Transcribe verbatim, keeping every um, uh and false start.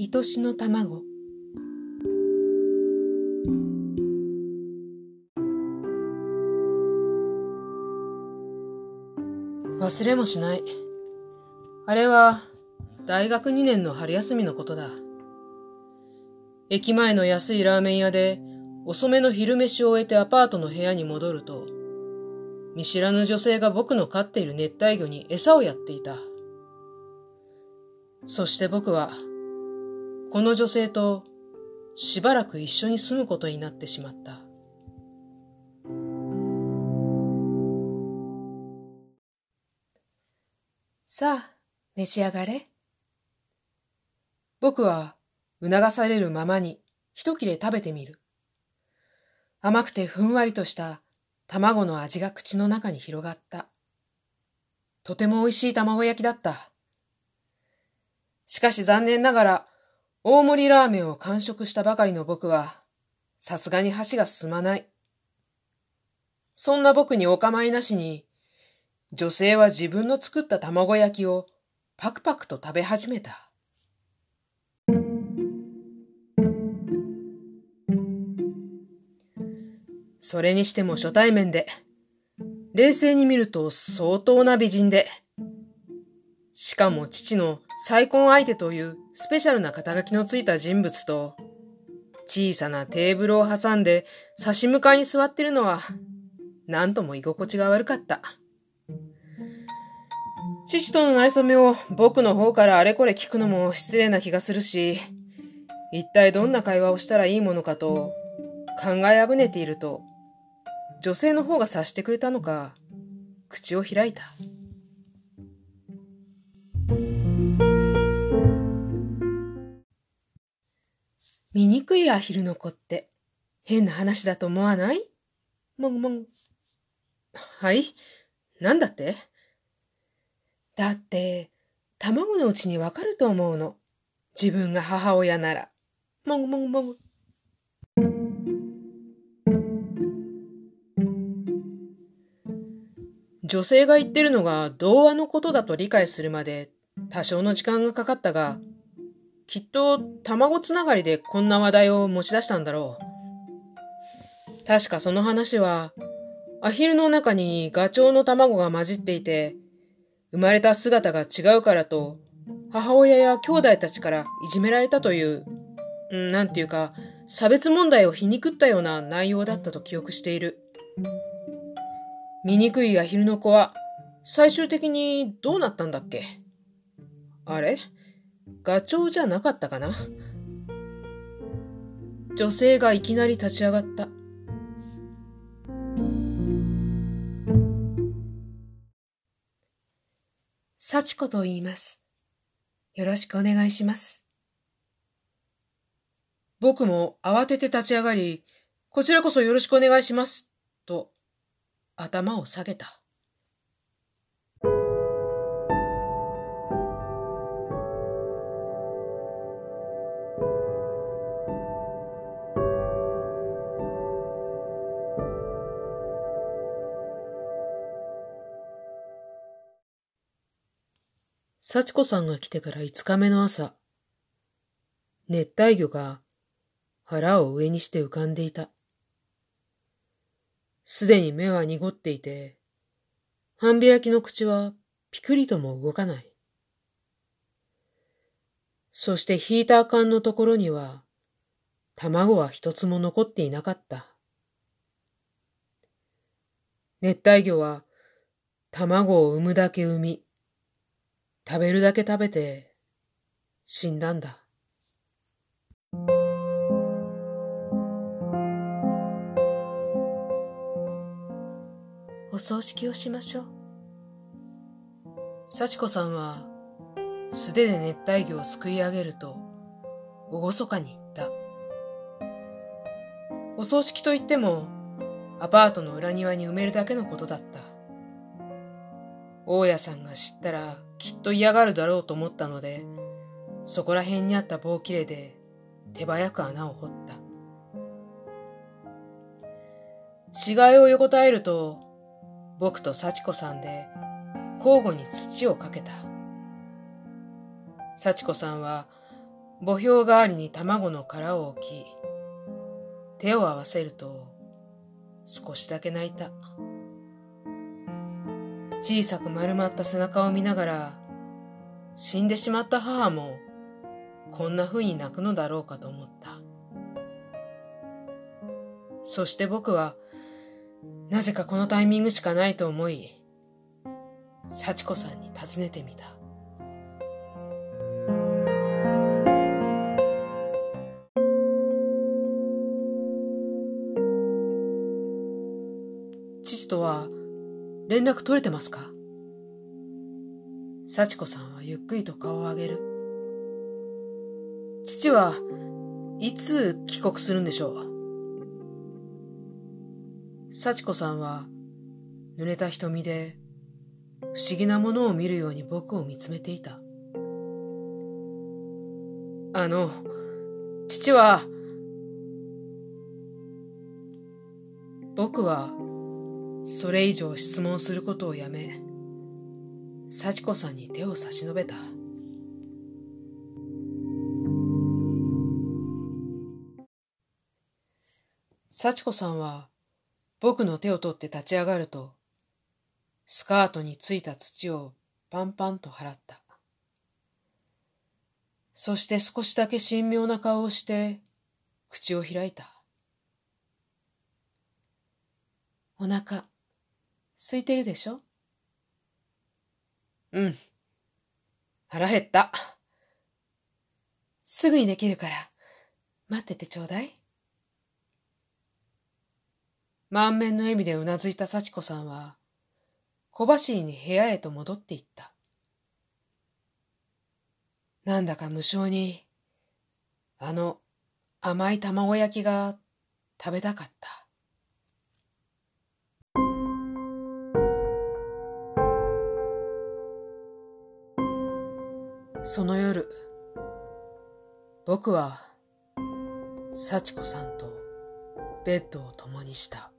愛しの卵。忘れもしない。あれは大学にねんの春休みのことだ。駅前の安いラーメン屋で遅めの昼飯を終えてアパートの部屋に戻ると、見知らぬ女性が僕の飼っている熱帯魚に餌をやっていた。そして僕はこの女性としばらく一緒に住むことになってしまった。さあ、召し上がれ。僕は促されるままに一切れ食べてみる。甘くてふんわりとした卵の味が口の中に広がった。とても美味しい卵焼きだった。しかし残念ながら大盛りラーメンを完食したばかりの僕はさすがに箸が進まない。そんな僕にお構いなしに女性は自分の作った卵焼きをパクパクと食べ始めた。それにしても初対面で、冷静に見ると相当な美人で、しかも父の再婚相手というスペシャルな肩書きのついた人物と、小さなテーブルを挟んで差し向かいに座っているのは、なんとも居心地が悪かった。父との馴れ初めを僕の方からあれこれ聞くのも失礼な気がするし、一体どんな会話をしたらいいものかと考えあぐねていると、女性の方が察してくれたのか、口を開いた。醜いアヒルの子って変な話だと思わない？もぐもぐ。はい？なんだって？だって、卵のうちにわかると思うの。自分が母親なら。もぐもぐもぐ。女性が言ってるのが童話のことだと理解するまで多少の時間がかかったが、きっと卵つながりでこんな話題を持ち出したんだろう。確かその話は、アヒルの中にガチョウの卵が混じっていて、生まれた姿が違うからと、母親や兄弟たちからいじめられたという、なんていうか、差別問題を皮肉ったような内容だったと記憶している。醜いアヒルの子は最終的にどうなったんだっけ？あれ？ガチョウじゃなかったかな？女性がいきなり立ち上がった。幸子と言います。よろしくお願いします。僕も慌てて立ち上がり、こちらこそよろしくお願いします、と頭を下げた。幸子さんが来てから五日目の朝、熱帯魚が腹を上にして浮かんでいた。すでに目は濁っていて、半開きの口はピクリとも動かない。そしてヒーター管のところには、卵は一つも残っていなかった。熱帯魚は卵を産むだけ産み、食べるだけ食べて死んだんだ。お葬式をしましょう。幸子さんは素手で熱帯魚をすくい上げると厳かに言った。お葬式といってもアパートの裏庭に埋めるだけのことだった。大家さんが知ったらきっと嫌がるだろうと思ったので、そこら辺にあった棒切れで手早く穴を掘った。死骸を横たえると、僕と幸子さんで交互に土をかけた。幸子さんは墓標代わりに卵の殻を置き、手を合わせると少しだけ泣いた。小さく丸まった背中を見ながら、死んでしまった母もこんな風に泣くのだろうかと思った。そして僕はなぜかこのタイミングしかないと思い、幸子さんに尋ねてみた。父とは連絡取れてますか？幸子さんはゆっくりと顔を上げる。父はいつ帰国するんでしょう？幸子さんは濡れた瞳で不思議なものを見るように僕を見つめていた。あの、父は、僕はそれ以上質問することをやめ、幸子さんに手を差し伸べた。幸子さんは僕の手を取って立ち上がると、スカートについた土をパンパンと払った。そして少しだけ神妙な顔をして口を開いた。お腹空いてるでしょ？うん。腹減った。すぐにできるから待っててちょうだい。満面の笑みでうなずいた幸子さんは小走りに部屋へと戻っていった。なんだか無性にあの甘い卵焼きが食べたかった。その夜、僕は幸子さんとベッドを共にした。